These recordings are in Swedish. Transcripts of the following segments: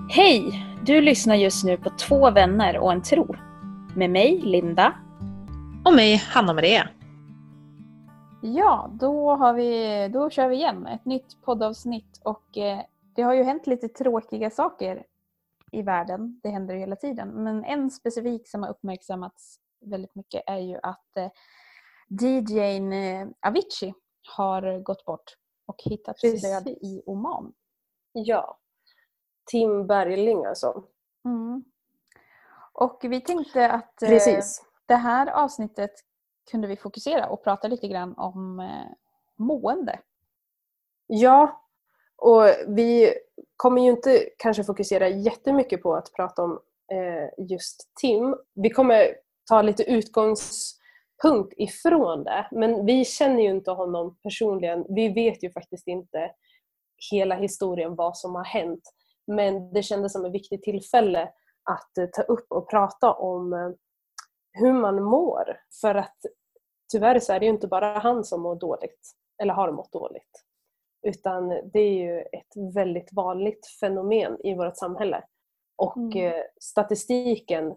Hej! Du lyssnar just nu på 2 vänner och en tro. Med mig, Linda. Och mig, Hanna-Maria. Ja, då kör vi igen. Ett nytt poddavsnitt. Och det har ju hänt lite tråkiga saker i världen. Det händer ju hela tiden. Men en specifik som har uppmärksammats väldigt mycket är ju att DJ:n Avicii har gått bort och hittats död i Oman. Ja, Tim Bergling alltså. Mm. Och vi tänkte att det här avsnittet kunde vi fokusera och prata lite grann om mående. Ja, och vi kommer ju inte kanske fokusera jättemycket på att prata om just Tim. Vi kommer ta lite utgångspunkt ifrån det, men vi känner ju inte honom personligen. Vi vet ju faktiskt inte hela historien, vad som har hänt. Men det kändes som ett viktigt tillfälle att ta upp och prata om hur man mår. För att tyvärr så är det ju inte bara han som mår dåligt eller har mått dåligt. Utan det är ju ett väldigt vanligt fenomen i vårt samhälle. Och statistiken,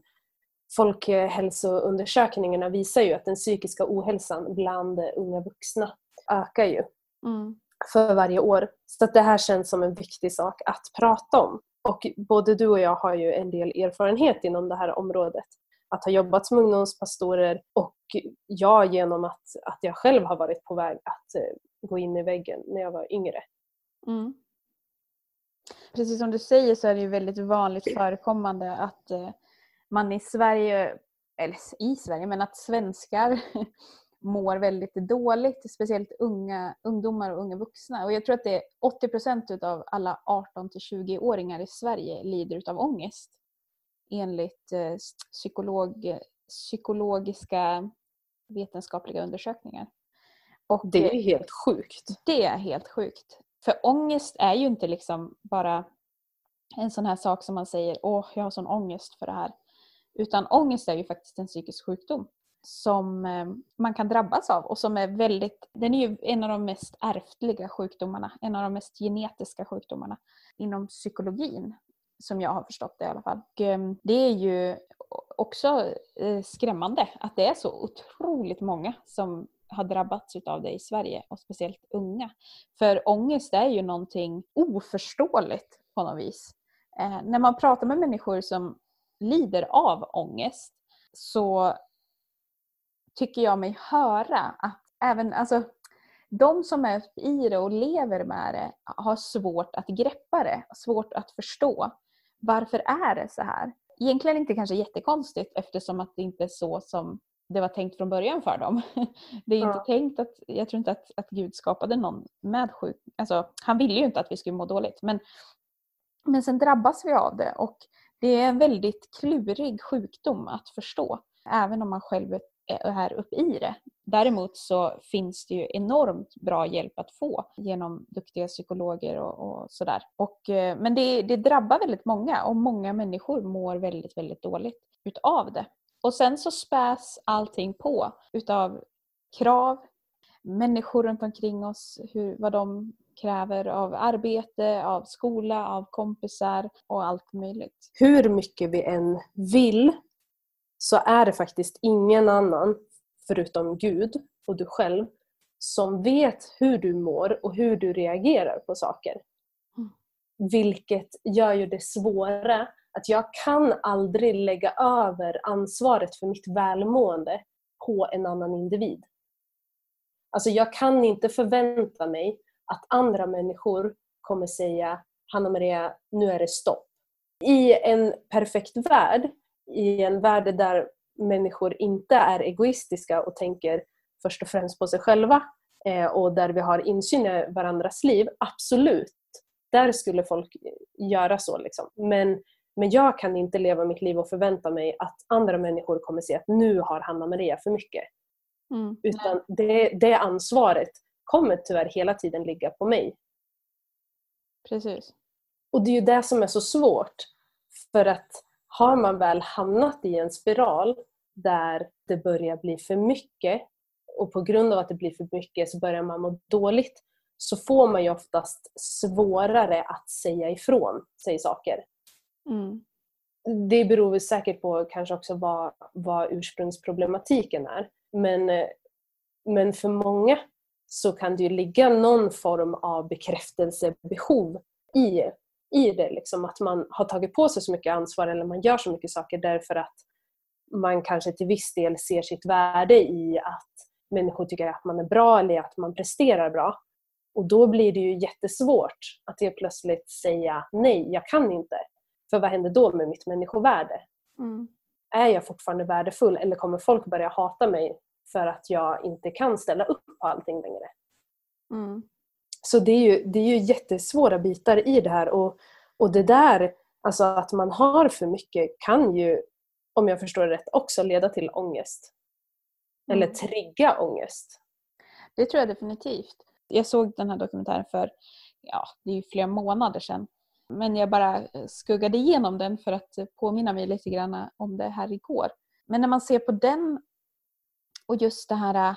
folkhälsoundersökningarna visar ju att den psykiska ohälsan bland unga vuxna ökar ju för varje år. Så att det här känns som en viktig sak att prata om. Och både du och jag har ju en del erfarenhet inom det här området. Att ha jobbat som ungdomspastorer och jag genom att jag själv har varit på väg att gå in i väggen när jag var yngre. Mm. Precis som du säger så är det ju väldigt vanligt förekommande att man i Sverige, men att svenskar mår väldigt dåligt, speciellt ungdomar och unga vuxna. Och jag tror att det är 80% av alla 18-20-åringar i Sverige lider av ångest. Enligt psykologiska vetenskapliga undersökningar. Och det är ju helt sjukt. Det är helt sjukt. För ångest är ju inte liksom bara en sån här sak som man säger, jag har sån ångest för det här. Utan ångest är ju faktiskt en psykisk sjukdom som man kan drabbas av och som är den är ju en av de mest ärftliga sjukdomarna, en av de mest genetiska sjukdomarna inom psykologin, som jag har förstått det i alla fall. Och det är ju också skrämmande att det är så otroligt många som har drabbats av det i Sverige, och speciellt unga. För ångest är ju någonting oförståeligt på något vis. När man pratar med människor som lider av ångest så tycker jag mig höra att även de som är i det och lever med det har svårt att greppa det, svårt att förstå. Varför är det så här? Egentligen inte kanske jättekonstigt, eftersom att det inte är så som det var tänkt från början för dem. Det är inte tänkt jag tror inte att Gud skapade någon med han ville ju inte att vi skulle må dåligt. Men sen drabbas vi av det, och det är en väldigt klurig sjukdom att förstå, även om man själv är här uppe i det. Däremot så finns det ju enormt bra hjälp att få genom duktiga psykologer och sådär. Men det drabbar väldigt många, och många människor mår väldigt, väldigt dåligt utav det. Och sen så späs allting på utav krav, människor runt omkring oss, vad de kräver av arbete, av skola, av kompisar och allt möjligt. Hur mycket vi än vill så är det faktiskt ingen annan förutom Gud och du själv som vet hur du mår och hur du reagerar på saker. Vilket gör ju det svåra att jag kan aldrig lägga över ansvaret för mitt välmående på en annan individ. Alltså jag kan inte förvänta mig att andra människor kommer säga: Hanna-Maria, nu är det stopp. I en perfekt värld, i en värld där människor inte är egoistiska och tänker först och främst på sig själva, och där vi har insyn i varandras liv, absolut, där skulle folk göra så liksom. Men jag kan inte leva mitt liv och förvänta mig att andra människor kommer säga att nu har Hanna-Maria för mycket. Utan det ansvaret kommer tyvärr hela tiden ligga på mig. Precis. Och det är ju det som är så svårt. För att har man väl hamnat i en spiral där det börjar bli för mycket, och på grund av att det blir för mycket så börjar man må dåligt, så får man ju oftast svårare att säga ifrån sig saker. Mm. Det beror väl säkert på kanske också vad ursprungsproblematiken är. Men för många så kan det ju ligga någon form av bekräftelsebehov i det. Liksom, att man har tagit på sig så mycket ansvar eller man gör så mycket saker därför att man kanske till viss del ser sitt värde i att människor tycker att man är bra eller att man presterar bra. Och då blir det ju jättesvårt att helt plötsligt säga nej, jag kan inte. För vad händer då med mitt människovärde? Mm. Är jag fortfarande värdefull eller kommer folk börja hata mig för att jag inte kan ställa upp på allting längre? Mm. Så det är ju jättesvåra bitar i det här. Och det där, alltså att man har för mycket kan ju, om jag förstår det rätt, också leda till ångest. Eller trigga ångest. Det tror jag definitivt. Jag såg den här dokumentären för, det är ju flera månader sedan. Men jag bara skuggade igenom den för att påminna mig lite grann om det här igår. Men när man ser på den och just det här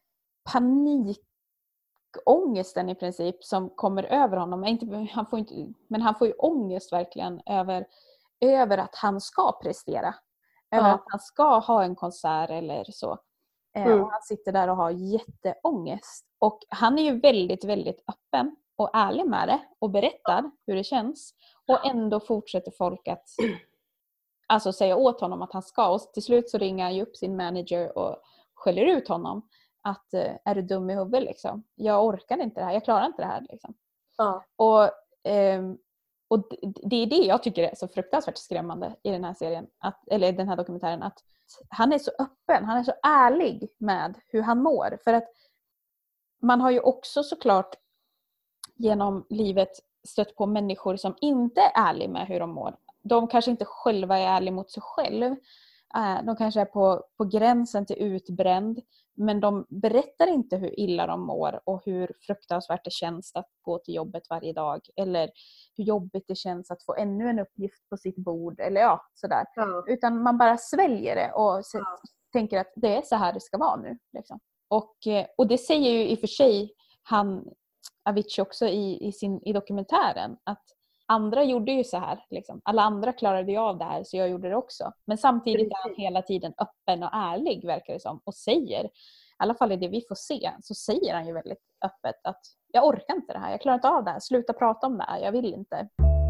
panikångesten i princip som kommer över honom. Han får ju ångest verkligen över att han ska prestera. Över att han ska ha en konsert eller så. Och han sitter där och har jätteångest. Och han är ju väldigt, väldigt öppen och ärlig med det. Och berättar hur det känns. Och ändå fortsätter folk att säga åt honom att han ska. Och till slut så ringer han ju upp sin manager och skäller ut honom. Att är du dum i huvudet liksom? Jag orkar inte det här. Jag klarar inte det här liksom. Ja. Och det är det jag tycker är så fruktansvärt skrämmande i den här serien. Eller den här dokumentären. Att han är så öppen. Han är så ärlig med hur han mår. För att man har ju också såklart genom livet stött på människor som inte är ärliga med hur de mår. De kanske inte själva är ärliga mot sig själv. De kanske är på gränsen till utbränd. Men de berättar inte hur illa de mår och hur fruktansvärt det känns att gå till jobbet varje dag. Eller hur jobbigt det känns att få ännu en uppgift på sitt bord. Eller sådär. Ja. Utan man bara sväljer det och tänker att det är så här det ska vara nu. Liksom. Och det säger ju i och för sig Avicii också i dokumentären. Att andra gjorde ju så här. Liksom. Alla andra klarade ju av det här så jag gjorde det också. Men samtidigt är han hela tiden öppen och ärlig verkar det som. Och säger, i alla fall i det vi får se, så säger han ju väldigt öppet att jag orkar inte det här. Jag klarar inte av det här. Sluta prata om det här. Jag vill inte.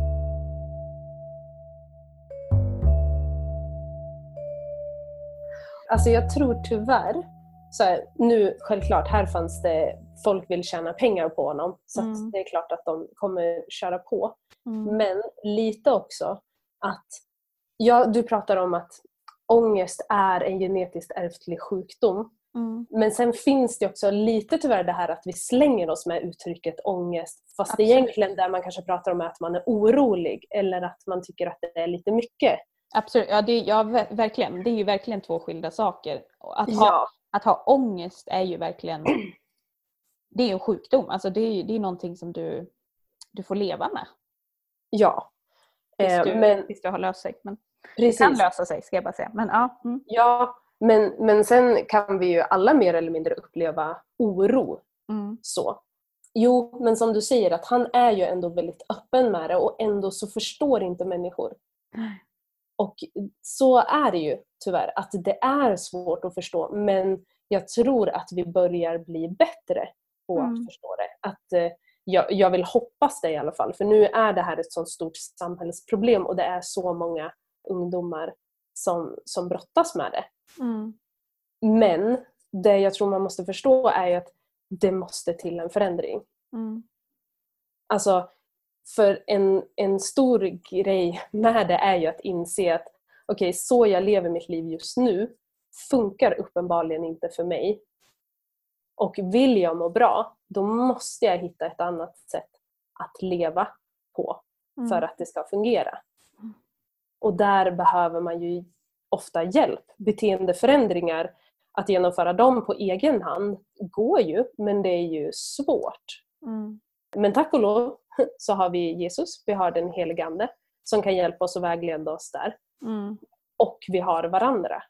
Alltså jag tror tyvärr, så här, nu självklart, här fanns det folk vill tjäna pengar på honom. Så att det är klart att de kommer köra på. Men lite också att, du pratar om att ångest är en genetiskt ärftlig sjukdom. Men sen finns det också lite tyvärr det här att vi slänger oss med uttrycket ångest. Fast det egentligen där man kanske pratar om att man är orolig. Eller att man tycker att det är lite mycket. Absolut, verkligen. Det är ju verkligen två skilda saker. Att ha ångest är ju verkligen, det är ju en sjukdom. Alltså det är någonting som du får leva med. Ja. Tills du har löst sig. Men precis. Det kan lösa sig, ska jag bara säga. Men, Ja, men sen kan vi ju alla mer eller mindre uppleva oro. Så. Jo, men som du säger att han är ju ändå väldigt öppen med det och ändå så förstår inte människor. Och så är det ju tyvärr, att det är svårt att förstå. Men jag tror att vi börjar bli bättre på att förstå det. Att jag vill hoppas det i alla fall. För nu är det här ett sånt stort samhällsproblem och det är så många ungdomar som brottas med det. Men det jag tror man måste förstå är ju att det måste till en förändring. Alltså, för en stor grej med det är ju att inse att okej, så jag lever mitt liv just nu funkar uppenbarligen inte för mig. Och vill jag må bra, då måste jag hitta ett annat sätt att leva på för att det ska fungera. Och där behöver man ju ofta hjälp. Beteendeförändringar, att genomföra dem på egen hand går ju, men det är ju svårt. Men tack och lov så har vi Jesus, vi har den helige Ande som kan hjälpa oss och vägleda oss där. Och vi har varandra.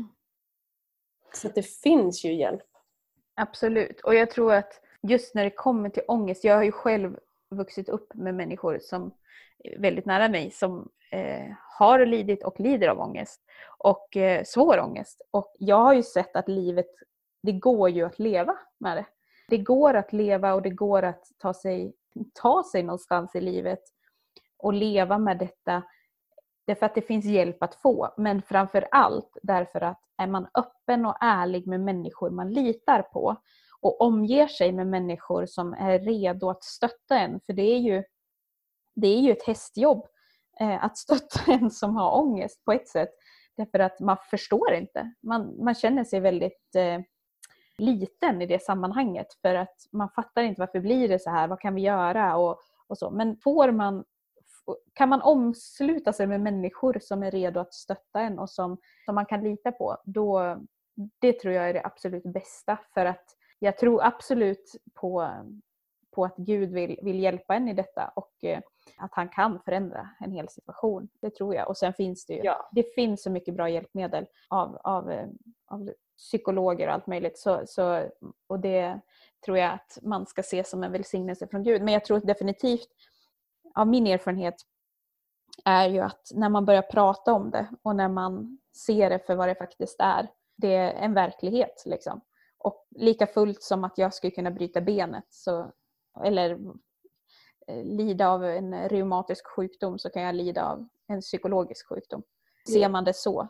Så att det finns ju hjälp. Absolut. Och jag tror att just när det kommer till ångest, jag har ju själv vuxit upp med människor som är väldigt nära mig som har lidit och lider av ångest. Och svår ångest. Och jag har ju sett att livet, det går ju att leva med det. Det går att leva och det går att ta sig någonstans i livet och leva med detta. Därför att det finns hjälp att få. Men framför allt därför att är man öppen och ärlig med människor man litar på och omger sig med människor som är redo att stötta en. För det är ju ett hästjobb att stötta en som har ångest på ett sätt. Därför att man förstår inte. Man känner sig väldigt liten i det sammanhanget. För att man fattar inte varför blir det så här. Vad kan vi göra? Och så. Men kan man omsluta sig med människor som är redo att stötta en och som man kan lita på, då, det tror jag är det absolut bästa. För att jag tror absolut på att Gud vill hjälpa en i detta och att han kan förändra en hel situation. Det tror jag. Och sen finns det ju, det finns så mycket bra hjälpmedel av psykologer och allt möjligt. Och det tror jag att man ska se som en välsignelse från Gud. Men jag tror definitivt, av min erfarenhet, är ju att när man börjar prata om det och när man ser det för vad det faktiskt är, det är en verklighet liksom. Och lika fullt som att jag skulle kunna bryta benet eller lida av en reumatisk sjukdom, så kan jag lida av en psykologisk sjukdom. Ser man det så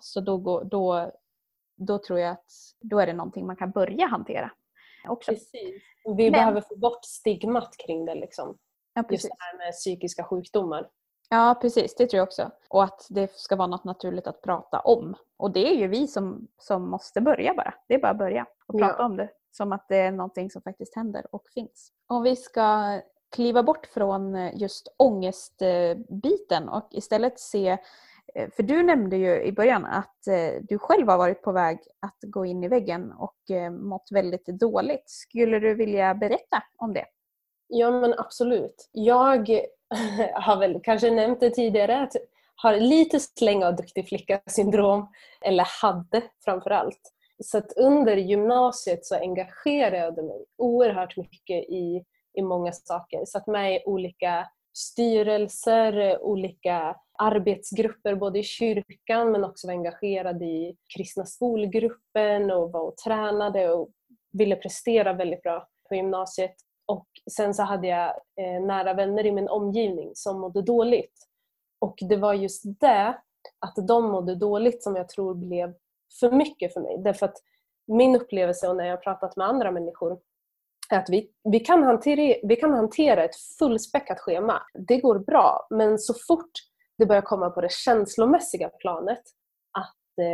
då tror jag att då är det någonting man kan börja hantera också. Precis. Vi behöver få bort stigmat kring det liksom. Ja, just det här med psykiska sjukdomar. Ja, precis. Det tror jag också. Och att det ska vara något naturligt att prata om. Och det är ju vi som måste börja bara. Det är bara att börja och prata om det. Som att det är någonting som faktiskt händer och finns. Om vi ska kliva bort från just ångestbiten och istället se... För du nämnde ju i början att du själv har varit på väg att gå in i väggen och mått väldigt dåligt. Skulle du vilja berätta om det? Ja, men absolut. Jag har väl kanske nämnt det tidigare att har lite släng av duktig flicka-syndrom, eller hade framförallt. Så att under gymnasiet så engagerade jag mig oerhört mycket i många saker. Satt med i olika styrelser, olika arbetsgrupper både i kyrkan men också var engagerad i kristna skolgruppen och var och tränade och ville prestera väldigt bra på gymnasiet. Och sen så hade jag nära vänner i min omgivning som mådde dåligt. Och det var just det, att de mådde dåligt, som jag tror blev för mycket för mig. Därför att min upplevelse, och när jag har pratat med andra människor, är att vi kan hantera ett fullspäckat schema. Det går bra, men så fort det börjar komma på det känslomässiga planet, att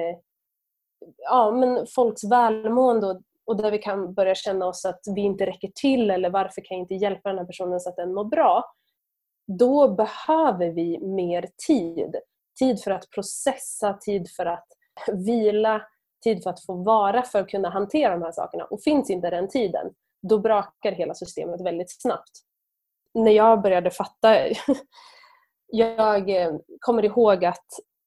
men folks välmående och där vi kan börja känna oss att vi inte räcker till, eller varför kan jag inte hjälpa den här personen så att den mår bra, då behöver vi mer tid. Tid för att processa, tid för att vila, tid för att få vara, för att kunna hantera de här sakerna. Och finns inte den tiden, då brakar hela systemet väldigt snabbt. När jag började fatta, jag kommer ihåg att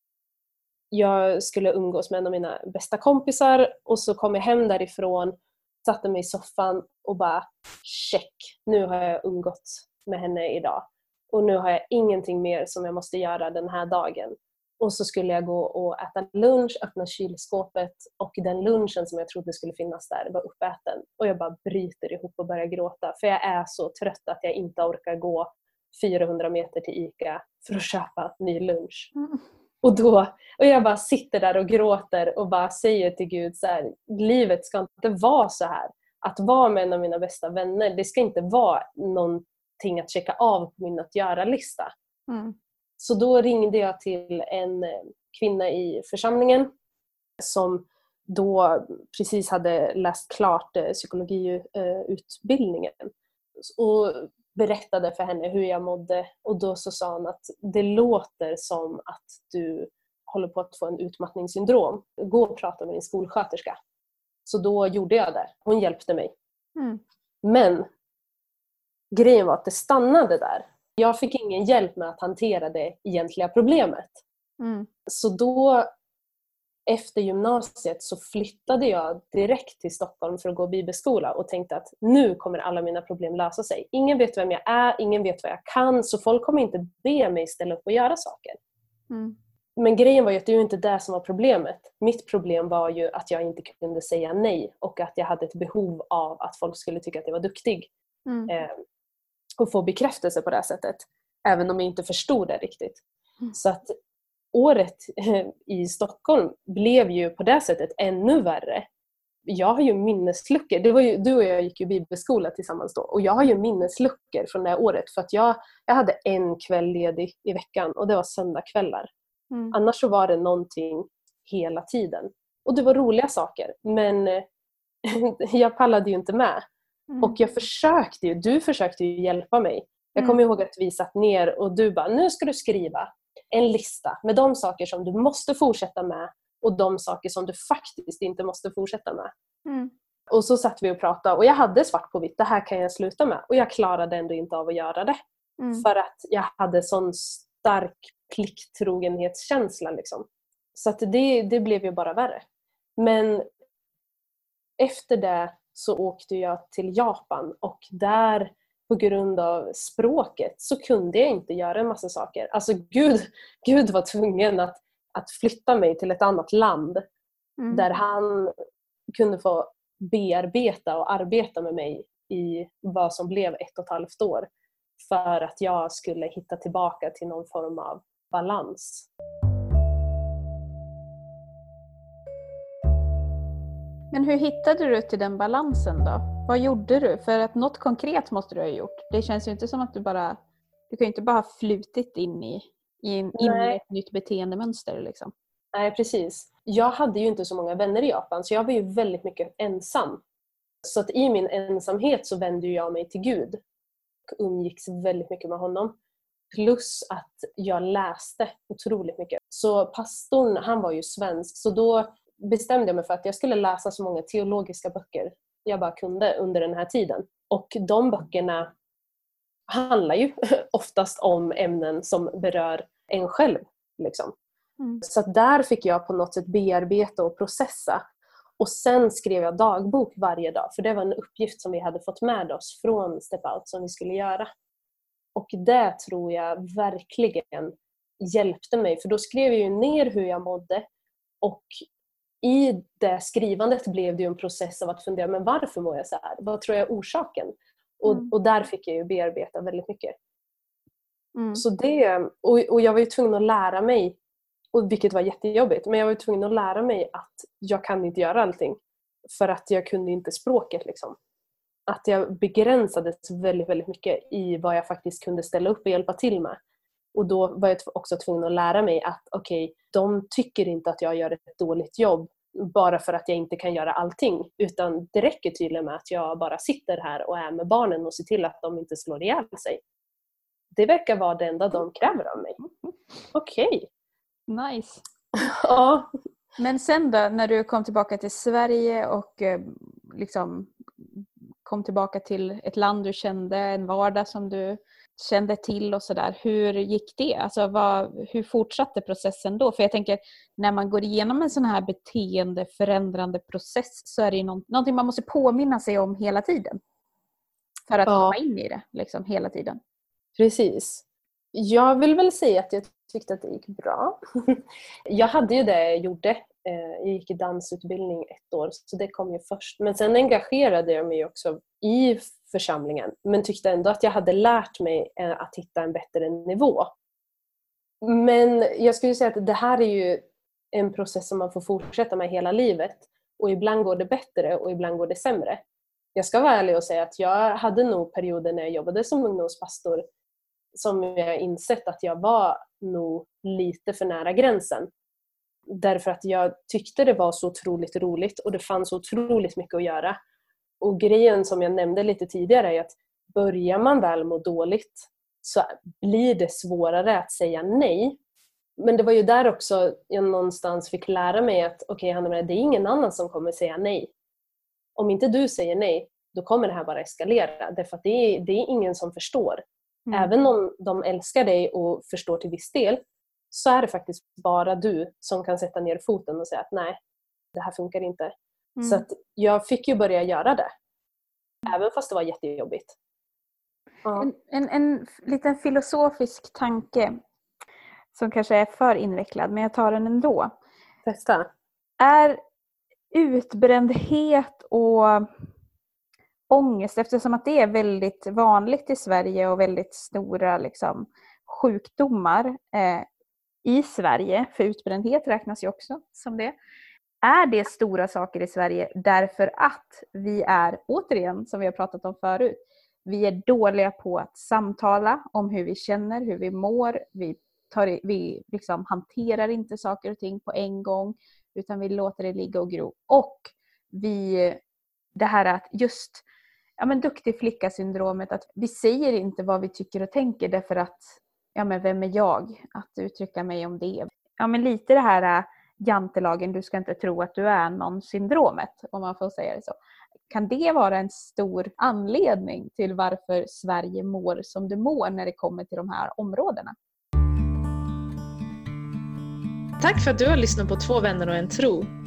jag skulle umgås med en av mina bästa kompisar, och så kom jag hem därifrån, satte mig i soffan och bara check, nu har jag umgått med henne idag. Och nu har jag ingenting mer som jag måste göra den här dagen. Och så skulle jag gå och äta lunch, öppna kylskåpet, och den lunchen som jag trodde skulle finnas där var uppäten. Och jag bara bryter ihop och börjar gråta. För jag är så trött att jag inte orkar gå 400 meter till ICA för att köpa ny lunch. Och jag bara sitter där och gråter och bara säger till Gud så här: livet ska inte vara så här. Att vara med en av mina bästa vänner, det ska inte vara någonting att checka av på min att göra-lista. Så då ringde jag till en kvinna i församlingen som då precis hade läst klart psykologiutbildningen. Och berättade för henne hur jag mådde, och då så sa hon att det låter som att du håller på att få en utmattningssyndrom. Gå och prata med din skolsköterska. Så då gjorde jag det. Hon hjälpte mig. Men grejen var att det stannade där. Jag fick ingen hjälp med att hantera det egentliga problemet. Så då efter gymnasiet så flyttade jag direkt till Stockholm för att gå bibelskola och tänkte att nu kommer alla mina problem lösa sig. Ingen vet vem jag är, ingen vet vad jag kan, så folk kommer inte be mig ställa upp och göra saker. Mm. Men grejen var ju att det är ju inte det som var problemet. Mitt problem var ju att jag inte kunde säga nej och att jag hade ett behov av att folk skulle tycka att jag var duktig. Mm. Och få bekräftelse på det här sättet. Även om jag inte förstod det riktigt. Mm. Så att året i Stockholm blev ju på det sättet ännu värre. Jag har ju minnesluckor. Det var ju, du och jag gick ju bibelskola tillsammans då. Och jag har ju minnesluckor från det här året. För att jag hade en kväll ledig i veckan. Och det var söndagskvällar. Mm. Annars så var det någonting hela tiden. Och det var roliga saker. Men jag pallade ju inte med. Mm. Och du försökte ju hjälpa mig. Jag kommer ihåg att vi satt ner och du bara, nu ska du skriva en lista med de saker som du måste fortsätta med och de saker som du faktiskt inte måste fortsätta med. Mm. Och så satt vi och pratade och jag hade svart på vitt, det här kan jag sluta med. Och jag klarade ändå inte av att göra det. Mm. För att jag hade sån stark plikttrogenhetskänsla liksom. Så att det blev ju bara värre. Men efter det så åkte jag till Japan och där på grund av språket så kunde jag inte göra en massa saker. Alltså Gud var tvungen att flytta mig till ett annat land där han kunde få bearbeta och arbeta med mig i vad som blev 1,5 år för att jag skulle hitta tillbaka till någon form av balans. Men hur hittade du till den balansen då? Vad gjorde du? För att något konkret måste du ha gjort. Det känns ju inte som att du kan ju inte bara ha flutit in i ett nytt beteendemönster liksom. Nej, precis. Jag hade ju inte så många vänner i Japan så jag var ju väldigt mycket ensam. Så att i min ensamhet så vände jag mig till Gud och umgicks väldigt mycket med honom. Plus att jag läste otroligt mycket. Så pastorn, han var ju svensk så då bestämde jag mig för att jag skulle läsa så många teologiska böcker jag bara kunde under den här tiden. Och de böckerna handlar ju oftast om ämnen som berör en själv. Liksom. Så att där fick jag på något sätt bearbeta och processa. Och sen skrev jag dagbok varje dag. För det var en uppgift som vi hade fått med oss från Step Out som vi skulle göra. Och det tror jag verkligen hjälpte mig. För då skrev jag ju ner hur jag mådde. Och i det skrivandet blev det ju en process av att fundera, men varför mår jag så här? Vad tror jag är orsaken? Och där fick jag ju bearbeta väldigt mycket. Så det, och jag var ju tvungen att lära mig, och vilket var jättejobbigt, men jag var ju tvungen att lära mig att jag kan inte göra allting. För att jag kunde inte språket liksom. Att jag begränsades väldigt, väldigt mycket i vad jag faktiskt kunde ställa upp och hjälpa till med. Och då var jag också tvungen att lära mig att de tycker inte att jag gör ett dåligt jobb bara för att jag inte kan göra allting. Utan det räcker tydligen med att jag bara sitter här och är med barnen och ser till att de inte slår ihjäl sig. Det verkar vara det enda de kräver av mig. Okej. Nice. Ja. Men sen då, när du kom tillbaka till Sverige och liksom kom tillbaka till ett land du kände, en vardag som du kände till och sådär. Hur gick det? Alltså hur fortsatte processen då? För jag tänker, när man går igenom en sån här beteendeförändrande process så är det ju någonting man måste påminna sig om hela tiden. För att komma in i det liksom, hela tiden. Precis. Jag vill väl säga att jag tyckte att det gick bra. Jag hade ju det jag gjorde. Jag gick i dansutbildning 1 år, så det kom ju först. Men sen engagerade jag mig också i församlingen. Men tyckte ändå att jag hade lärt mig att hitta en bättre nivå. Men jag skulle säga att det här är ju en process som man får fortsätta med hela livet. Och ibland går det bättre och ibland går det sämre. Jag ska vara ärlig och säga att jag hade nog perioder när jag jobbade som ungdomspastor som jag insett att jag var nog lite för nära gränsen. Därför att jag tyckte det var så otroligt roligt och det fanns så otroligt mycket att göra. Och grejen som jag nämnde lite tidigare är att börjar man väl må dåligt så blir det svårare att säga nej. Men det var ju där också jag någonstans fick lära mig att Hanna, det är ingen annan som kommer säga nej. Om inte du säger nej, då kommer det här bara eskalera. Därför att det är ingen som förstår. Även om de älskar dig och förstår till viss del, så är det faktiskt bara du som kan sätta ner foten och säga att nej, det här funkar inte. Så att jag fick ju börja göra det. Även fast det var jättejobbigt. Ja. En liten filosofisk tanke. som kanske är för invecklad, men jag tar den ändå. Testa. Är utbrändhet och ångest, eftersom att det är väldigt vanligt i Sverige och väldigt stora liksom, sjukdomar i Sverige, för utbrändhet räknas ju också som det. Är det stora saker i Sverige därför att vi är, återigen som vi har pratat om förut, vi är dåliga på att samtala om hur vi känner, hur vi mår. Vi liksom hanterar inte saker och ting på en gång, utan vi låter det ligga och gro. Och det här att just duktig flicka-syndromet, att vi säger inte vad vi tycker och tänker därför att vem är jag att uttrycka mig om det. Lite det här jantelagen, du ska inte tro att du är någon syndromet, om man får säga det så. Kan det vara en stor anledning till varför Sverige mår som det mår när det kommer till de här områdena? Tack för att du har lyssnat på 2 vänner och en tro.